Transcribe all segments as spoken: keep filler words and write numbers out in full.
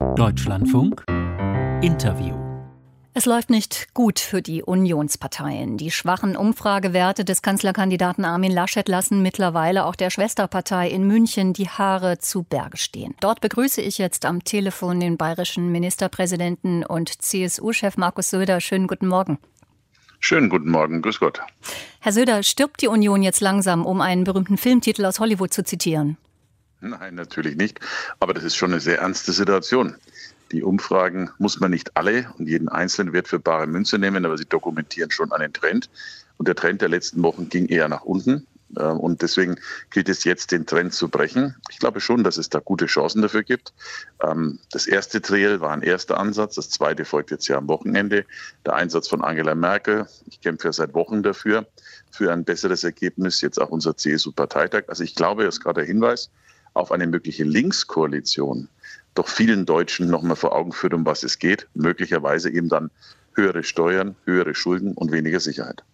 Deutschlandfunk Interview. Es läuft nicht gut für die Unionsparteien. Die schwachen Umfragewerte des Kanzlerkandidaten Armin Laschet lassen mittlerweile auch der Schwesterpartei in München die Haare zu Berge stehen. Dort begrüße ich jetzt am Telefon den bayerischen Ministerpräsidenten und C S U-Chef Markus Söder. Schönen guten Morgen. Schönen guten Morgen, grüß Gott. Herr Söder, stirbt die Union jetzt langsam, um einen berühmten Filmtitel aus Hollywood zu zitieren? Nein, natürlich nicht. Aber das ist schon eine sehr ernste Situation. Die Umfragen muss man nicht alle und jeden einzelnen Wert für bare Münze nehmen, aber sie dokumentieren schon einen Trend. Und der Trend der letzten Wochen ging eher nach unten. Und deswegen gilt es jetzt, den Trend zu brechen. Ich glaube schon, dass es da gute Chancen dafür gibt. Das erste Triell war ein erster Ansatz. Das zweite folgt jetzt ja am Wochenende. Der Einsatz von Angela Merkel. Ich kämpfe ja seit Wochen dafür, für ein besseres Ergebnis. Jetzt auch unser C S U-Parteitag. Also ich glaube, das ist gerade der Hinweis auf eine mögliche Linkskoalition, doch vielen Deutschen noch mal vor Augen führt, um was es geht. Möglicherweise eben dann höhere Steuern, höhere Schulden und weniger Sicherheit.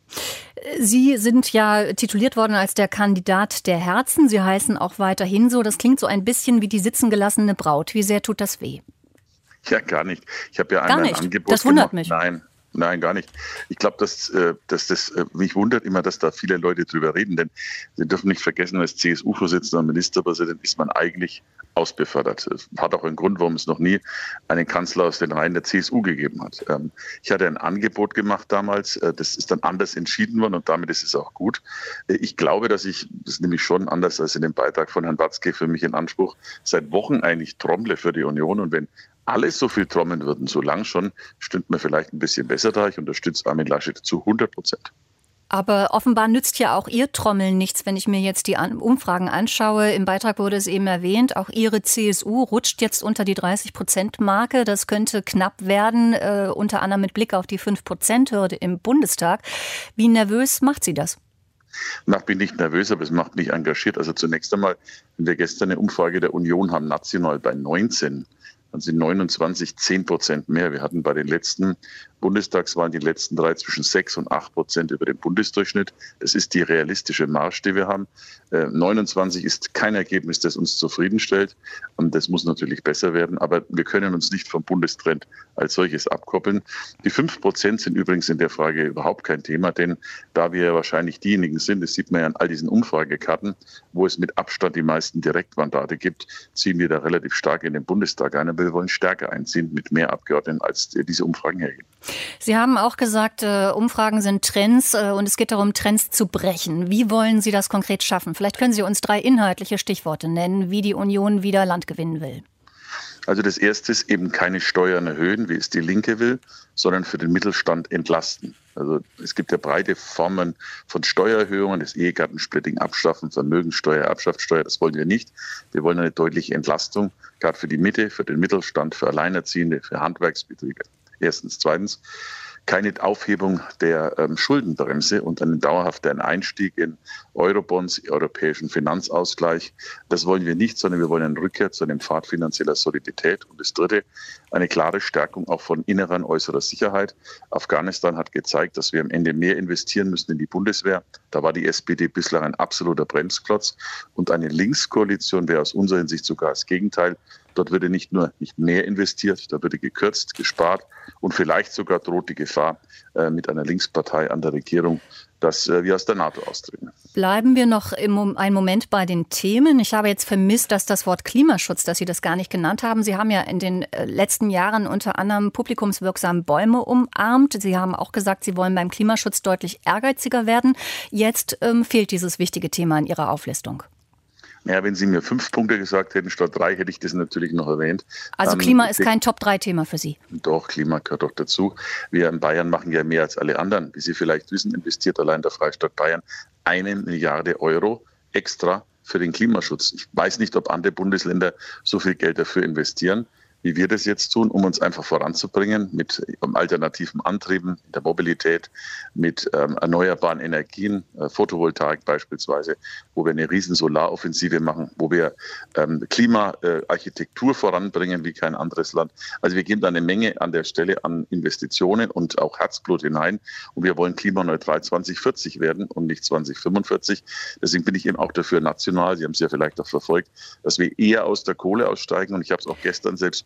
Sie sind ja tituliert worden als der Kandidat der Herzen. Sie heißen auch weiterhin so. Das klingt so ein bisschen wie die sitzen gelassene Braut. Wie sehr tut das weh? Ja, gar nicht. Ich habe ja einmal ein Angebot Das wundert gemacht. mich. Nein. Nein, gar nicht. Ich glaube, dass, dass das mich wundert immer, dass da viele Leute drüber reden, denn Sie dürfen nicht vergessen, als C S U-Vorsitzender und Ministerpräsident ist man eigentlich ausbefördert. Es hat auch einen Grund, warum es noch nie einen Kanzler aus den Reihen der C S U gegeben hat. Ich hatte ein Angebot gemacht damals, das ist dann anders entschieden worden und damit ist es auch gut. Ich glaube, dass ich, das nehme ich schon anders als in dem Beitrag von Herrn Watzke für mich in Anspruch, seit Wochen eigentlich trommle für die Union, und wenn alle so viel trommeln würden, so lang schon, stünde man vielleicht ein bisschen besser da. Ich unterstütze Armin Laschet zu hundert Prozent. Aber offenbar nützt ja auch Ihr Trommeln nichts, wenn ich mir jetzt die Umfragen anschaue. Im Beitrag wurde es eben erwähnt, auch Ihre C S U rutscht jetzt unter die dreißig Prozent Marke. Das könnte knapp werden, äh, unter anderem mit Blick auf die fünf Prozent Hürde im Bundestag. Wie nervös macht Sie das? Ich bin nicht nervös, aber es macht mich engagiert. Also zunächst einmal, wenn wir gestern eine Umfrage der Union haben, national bei neunzehn, dann sind neunundzwanzig zehn Prozent mehr. Wir hatten bei den letzten Bundestagswahlen die letzten drei zwischen sechs und acht Prozent über dem Bundesdurchschnitt. Das ist die realistische Marge, die wir haben. Äh, neunundzwanzig ist kein Ergebnis, das uns zufriedenstellt. Und das muss natürlich besser werden. Aber wir können uns nicht vom Bundestrend als solches abkoppeln. Die fünf Prozent sind übrigens in der Frage überhaupt kein Thema, denn da wir ja wahrscheinlich diejenigen sind, das sieht man ja an all diesen Umfragekarten, wo es mit Abstand die meisten Direktmandate gibt, ziehen wir da relativ stark in den Bundestag ein. Aber wir wollen stärker einziehen mit mehr Abgeordneten, als diese Umfragen hergeben. Sie haben auch gesagt, äh, Umfragen sind Trends äh, und es geht darum, Trends zu brechen. Wie wollen Sie das konkret schaffen? Vielleicht können Sie uns drei inhaltliche Stichworte nennen, wie die Union wieder Land gewinnen will. Also das erste ist eben keine Steuern erhöhen, wie es die Linke will, sondern für den Mittelstand entlasten. Also es gibt ja breite Formen von Steuererhöhungen, das Ehegattensplitting abschaffen, Vermögensteuer, Erbschaftssteuer, das wollen wir nicht. Wir wollen eine deutliche Entlastung, gerade für die Mitte, für den Mittelstand, für Alleinerziehende, für Handwerksbetriebe. Erstens. Zweitens, keine Aufhebung der ähm, Schuldenbremse und einen dauerhaften Einstieg in Eurobonds, europäischen Finanzausgleich. Das wollen wir nicht, sondern wir wollen eine Rückkehr zu einem Pfad finanzieller Solidität. Und das Dritte, eine klare Stärkung auch von innerer und äußerer Sicherheit. Afghanistan hat gezeigt, dass wir am Ende mehr investieren müssen in die Bundeswehr. Da war die S P D bislang ein absoluter Bremsklotz. Und eine Linkskoalition wäre aus unserer Hinsicht sogar das Gegenteil. Dort würde nicht nur nicht mehr investiert, da würde gekürzt, gespart und vielleicht sogar droht die Gefahr äh, mit einer Linkspartei an der Regierung, dass äh, wir aus der NATO austreten. Bleiben wir noch im, einen Moment bei den Themen. Ich habe jetzt vermisst, dass das Wort Klimaschutz, dass Sie das gar nicht genannt haben. Sie haben ja in den äh, letzten Jahren unter anderem publikumswirksam Bäume umarmt. Sie haben auch gesagt, Sie wollen beim Klimaschutz deutlich ehrgeiziger werden. Jetzt ähm, fehlt dieses wichtige Thema in Ihrer Auflistung. Ja, wenn Sie mir fünf Punkte gesagt hätten statt drei, hätte ich das natürlich noch erwähnt. Also Klima ähm, ist kein Top drei Thema für Sie? Doch, Klima gehört doch dazu. Wir in Bayern machen ja mehr als alle anderen. Wie Sie vielleicht wissen, investiert allein der Freistaat Bayern eine Milliarde Euro extra für den Klimaschutz. Ich weiß nicht, ob andere Bundesländer so viel Geld dafür investieren, wie wir das jetzt tun, um uns einfach voranzubringen mit ähm, alternativen Antrieben, in der Mobilität, mit ähm, erneuerbaren Energien, äh, Photovoltaik beispielsweise, wo wir eine riesen Solaroffensive machen, wo wir ähm, Klimaarchitektur äh, voranbringen wie kein anderes Land. Also wir geben da eine Menge an der Stelle an Investitionen und auch Herzblut hinein. Und wir wollen klimaneutral zwanzig vierzig werden und nicht zwanzig fünfundvierzig. Deswegen bin ich eben auch dafür national, Sie haben es ja vielleicht auch verfolgt, dass wir eher aus der Kohle aussteigen. Und ich habe es auch gestern selbst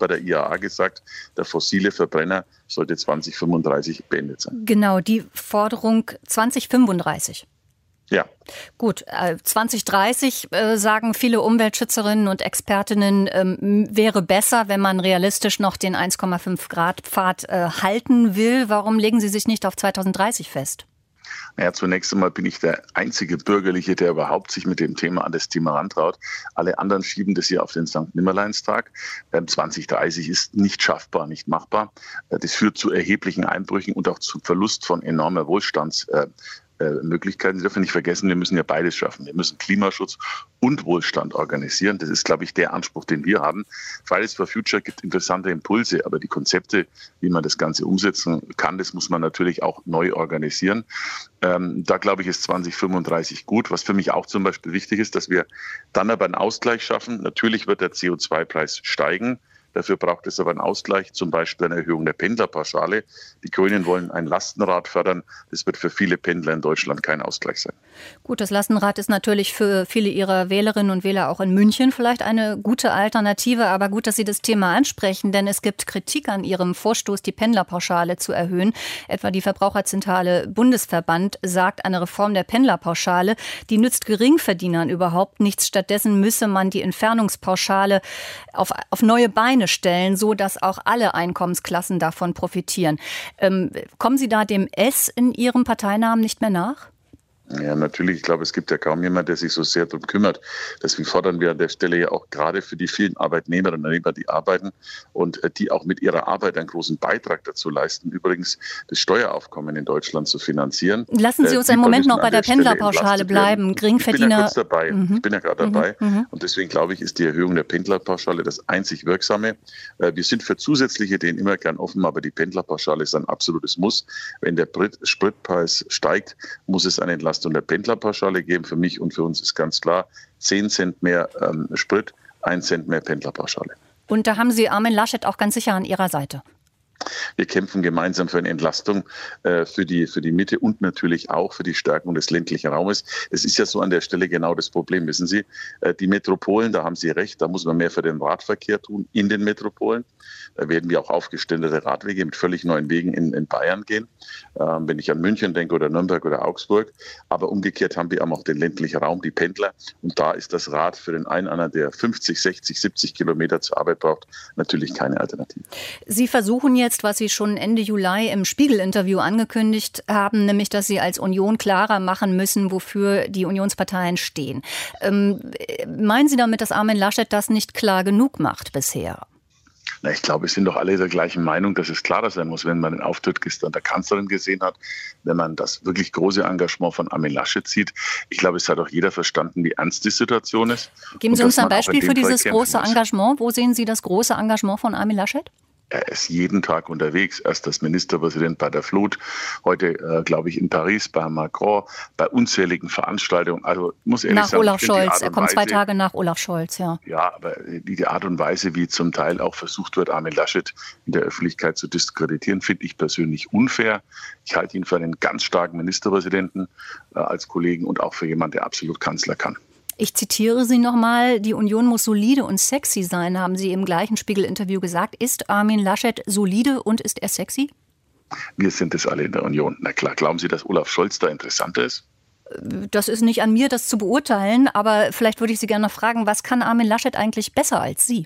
bei der I A A gesagt, der fossile Verbrenner sollte zwanzig fünfunddreißig beendet sein. Genau, die Forderung zwanzig fünfunddreißig. Ja. Gut, zwanzig dreißig äh, sagen viele Umweltschützerinnen und Expertinnen, ähm, wäre besser, wenn man realistisch noch den eins Komma fünf Grad Pfad äh, halten will. Warum legen Sie sich nicht auf zweitausenddreißig fest? Naja, zunächst einmal bin ich der einzige Bürgerliche, der überhaupt sich mit dem Thema an das Thema rantraut. Alle anderen schieben das hier auf den Sankt Nimmerleinstag. Ähm, zwanzig dreißig ist nicht schaffbar, nicht machbar. Äh, das führt zu erheblichen Einbrüchen und auch zu Verlust von enormer Wohlstands. Äh, Möglichkeiten. Sie dürfen nicht vergessen, wir müssen ja beides schaffen. Wir müssen Klimaschutz und Wohlstand organisieren. Das ist, glaube ich, der Anspruch, den wir haben. Fridays for Future gibt interessante Impulse, aber die Konzepte, wie man das Ganze umsetzen kann, das muss man natürlich auch neu organisieren. Ähm, da, glaube ich, ist zwanzig fünfunddreißig gut. Was für mich auch zum Beispiel wichtig ist, dass wir dann aber einen Ausgleich schaffen. Natürlich wird der C O zwei Preis steigen. Dafür braucht es aber einen Ausgleich, zum Beispiel eine Erhöhung der Pendlerpauschale. Die Grünen wollen ein Lastenrad fördern. Das wird für viele Pendler in Deutschland kein Ausgleich sein. Gut, das Lastenrad ist natürlich für viele Ihrer Wählerinnen und Wähler auch in München vielleicht eine gute Alternative. Aber gut, dass Sie das Thema ansprechen, denn es gibt Kritik an Ihrem Vorstoß, die Pendlerpauschale zu erhöhen. Etwa die Verbraucherzentrale Bundesverband sagt, eine Reform der Pendlerpauschale, die nützt Geringverdienern überhaupt nichts. Stattdessen müsse man die Entfernungspauschale auf, auf neue Beine stellen, so dass auch alle Einkommensklassen davon profitieren. Ähm, kommen Sie da dem S in Ihrem Parteinamen nicht mehr nach? Ja, natürlich. Ich glaube, es gibt ja kaum jemand, der sich so sehr darum kümmert. Deswegen fordern wir an der Stelle ja auch gerade für die vielen Arbeitnehmerinnen und Arbeitnehmer, die arbeiten und die auch mit ihrer Arbeit einen großen Beitrag dazu leisten, übrigens das Steueraufkommen in Deutschland zu finanzieren. Lassen Sie uns einen Moment noch bei der Pendlerpauschale bleiben. Geringverdiener. Ich bin ja kurz dabei. Mhm. Ich bin ja gerade dabei. Mhm. Und deswegen glaube ich, ist die Erhöhung der Pendlerpauschale das einzig Wirksame. Wir sind für zusätzliche Ideen immer gern offen, aber die Pendlerpauschale ist ein absolutes Muss. Wenn der Spritpreis steigt, muss es eine Entlastung der Pendlerpauschale geben. Für mich und für uns ist ganz klar, zehn Cent mehr ähm, Sprit, ein Cent mehr Pendlerpauschale. Und da haben Sie Armin Laschet auch ganz sicher an Ihrer Seite. Wir kämpfen gemeinsam für eine Entlastung äh, für die, für die Mitte und natürlich auch für die Stärkung des ländlichen Raumes. Es ist ja so an der Stelle genau das Problem, wissen Sie. Äh, die Metropolen, da haben Sie recht, da muss man mehr für den Radverkehr tun in den Metropolen. Da werden wir auch aufgestellte Radwege mit völlig neuen Wegen in, in Bayern gehen, ähm, wenn ich an München denke oder Nürnberg oder Augsburg. Aber umgekehrt haben wir auch den ländlichen Raum, die Pendler. Und da ist das Rad für den einen einer, der fünfzig, sechzig, siebzig Kilometer zur Arbeit braucht, natürlich keine Alternative. Sie versuchen jetzt, was Sie schon Ende Juli im Spiegel-Interview angekündigt haben, nämlich, dass Sie als Union klarer machen müssen, wofür die Unionsparteien stehen. Ähm, meinen Sie damit, dass Armin Laschet das nicht klar genug macht bisher? Na, ich glaube, wir sind doch alle der gleichen Meinung, dass es klarer sein muss, wenn man den Auftritt gestern der Kanzlerin gesehen hat, wenn man das wirklich große Engagement von Armin Laschet sieht. Ich glaube, es hat auch jeder verstanden, wie ernst die Situation ist. Geben Sie uns ein Beispiel für dieses große Engagement. Wo sehen Sie das große Engagement von Armin Laschet? Er ist jeden Tag unterwegs. Erst als Ministerpräsident bei der Flut, heute, äh, glaube ich, in Paris bei Macron, bei unzähligen Veranstaltungen. Also muss ehrlich nach sagen, Olaf Scholz. Er kommt Weise, zwei Tage nach Olaf Scholz, ja. Ja, aber die, die Art und Weise, wie zum Teil auch versucht wird, Armin Laschet in der Öffentlichkeit zu diskreditieren, finde ich persönlich unfair. Ich halte ihn für einen ganz starken Ministerpräsidenten äh, als Kollegen und auch für jemanden, der absolut Kanzler kann. Ich zitiere Sie nochmal, die Union muss solide und sexy sein, haben Sie im gleichen Spiegel-Interview gesagt. Ist Armin Laschet solide und ist er sexy? Wir sind es alle in der Union. Na klar, glauben Sie, dass Olaf Scholz da interessanter ist? Das ist nicht an mir, das zu beurteilen, aber vielleicht würde ich Sie gerne noch fragen, was kann Armin Laschet eigentlich besser als Sie?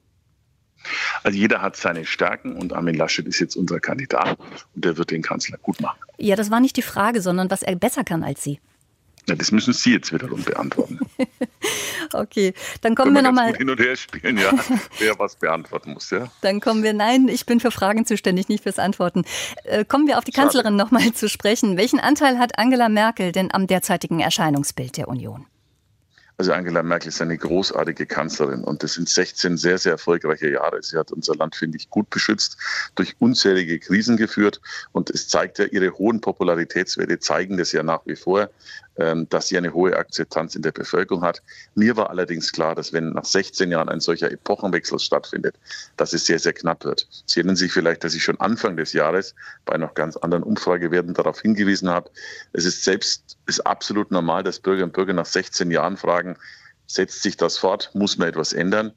Also jeder hat seine Stärken und Armin Laschet ist jetzt unser Kandidat und der wird den Kanzler gut machen. Ja, das war nicht die Frage, sondern was er besser kann als Sie. Ja, das müssen Sie jetzt wiederum beantworten. Okay, dann kommen wir nochmal. Hin und her spielen, ja, wer was beantworten muss, ja. Dann kommen wir, nein, ich bin für Fragen zuständig, nicht fürs Antworten. Äh, kommen wir auf die Kanzlerin nochmal zu sprechen. Welchen Anteil hat Angela Merkel denn am derzeitigen Erscheinungsbild der Union? Also Angela Merkel ist eine großartige Kanzlerin und das sind sechzehn sehr, sehr erfolgreiche Jahre. Sie hat unser Land, finde ich, gut beschützt, durch unzählige Krisen geführt und es zeigt ja, ihre hohen Popularitätswerte zeigen das ja nach wie vor, dass sie eine hohe Akzeptanz in der Bevölkerung hat. Mir war allerdings klar, dass wenn nach sechzehn Jahren ein solcher Epochenwechsel stattfindet, dass es sehr, sehr knapp wird. Sie erinnern sich vielleicht, dass ich schon Anfang des Jahres bei noch ganz anderen Umfragewerten darauf hingewiesen habe, es ist selbst ist absolut normal, dass Bürgerinnen und Bürger nach sechzehn Jahren fragen, setzt sich das fort, muss man etwas ändern?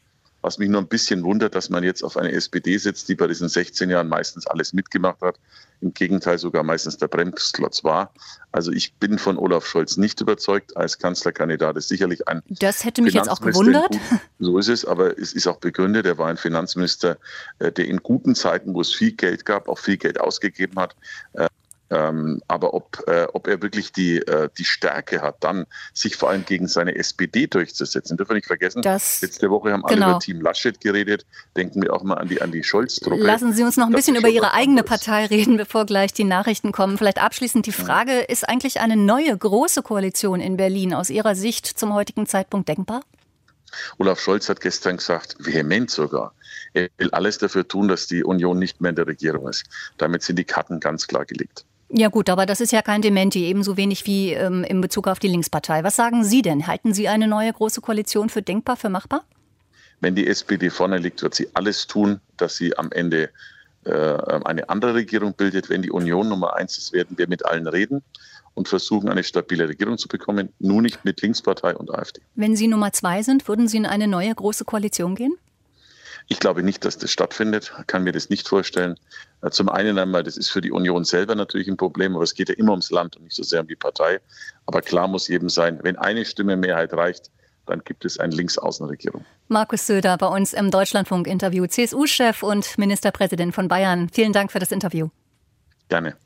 Was mich nur ein bisschen wundert, dass man jetzt auf eine S P D sitzt, die bei diesen sechzehn Jahren meistens alles mitgemacht hat. Im Gegenteil sogar meistens der Bremsklotz war. Also ich bin von Olaf Scholz nicht überzeugt. Als Kanzlerkandidat ist sicherlich ein Das hätte mich jetzt auch gewundert. Gut, so ist es, aber es ist auch begründet. Er war ein Finanzminister, der in guten Zeiten, wo es viel Geld gab, auch viel Geld ausgegeben hat. Ähm, aber ob, äh, ob er wirklich die, äh, die Stärke hat, dann sich vor allem gegen seine S P D durchzusetzen. Dürfen wir nicht vergessen, das, letzte Woche haben alle genau. über Team Laschet geredet. Denken wir auch mal an die, an die Scholz-Truppe. Lassen Sie uns noch ein bisschen über Ihre eigene Partei reden, bevor gleich die Nachrichten kommen. Vielleicht abschließend die Frage, ist eigentlich eine neue große Koalition in Berlin aus Ihrer Sicht zum heutigen Zeitpunkt denkbar? Olaf Scholz hat gestern gesagt, vehement sogar, er will alles dafür tun, dass die Union nicht mehr in der Regierung ist. Damit sind die Karten ganz klar gelegt. Ja gut, aber das ist ja kein Dementi, ebenso wenig wie ähm, in Bezug auf die Linkspartei. Was sagen Sie denn? Halten Sie eine neue große Koalition für denkbar, für machbar? Wenn die S P D vorne liegt, wird sie alles tun, dass sie am Ende äh, eine andere Regierung bildet. Wenn die Union Nummer eins ist, werden wir mit allen reden und versuchen, eine stabile Regierung zu bekommen, nur nicht mit Linkspartei und AfD. Wenn Sie Nummer zwei sind, würden Sie in eine neue große Koalition gehen? Ich glaube nicht, dass das stattfindet, kann mir das nicht vorstellen. Zum einen einmal, das ist für die Union selber natürlich ein Problem, aber es geht ja immer ums Land und nicht so sehr um die Partei. Aber klar muss jedem sein, wenn eine Stimme Mehrheit reicht, dann gibt es eine Linksaußenregierung. Markus Söder bei uns im Deutschlandfunk-Interview, C S U-Chef und Ministerpräsident von Bayern. Vielen Dank für das Interview. Gerne.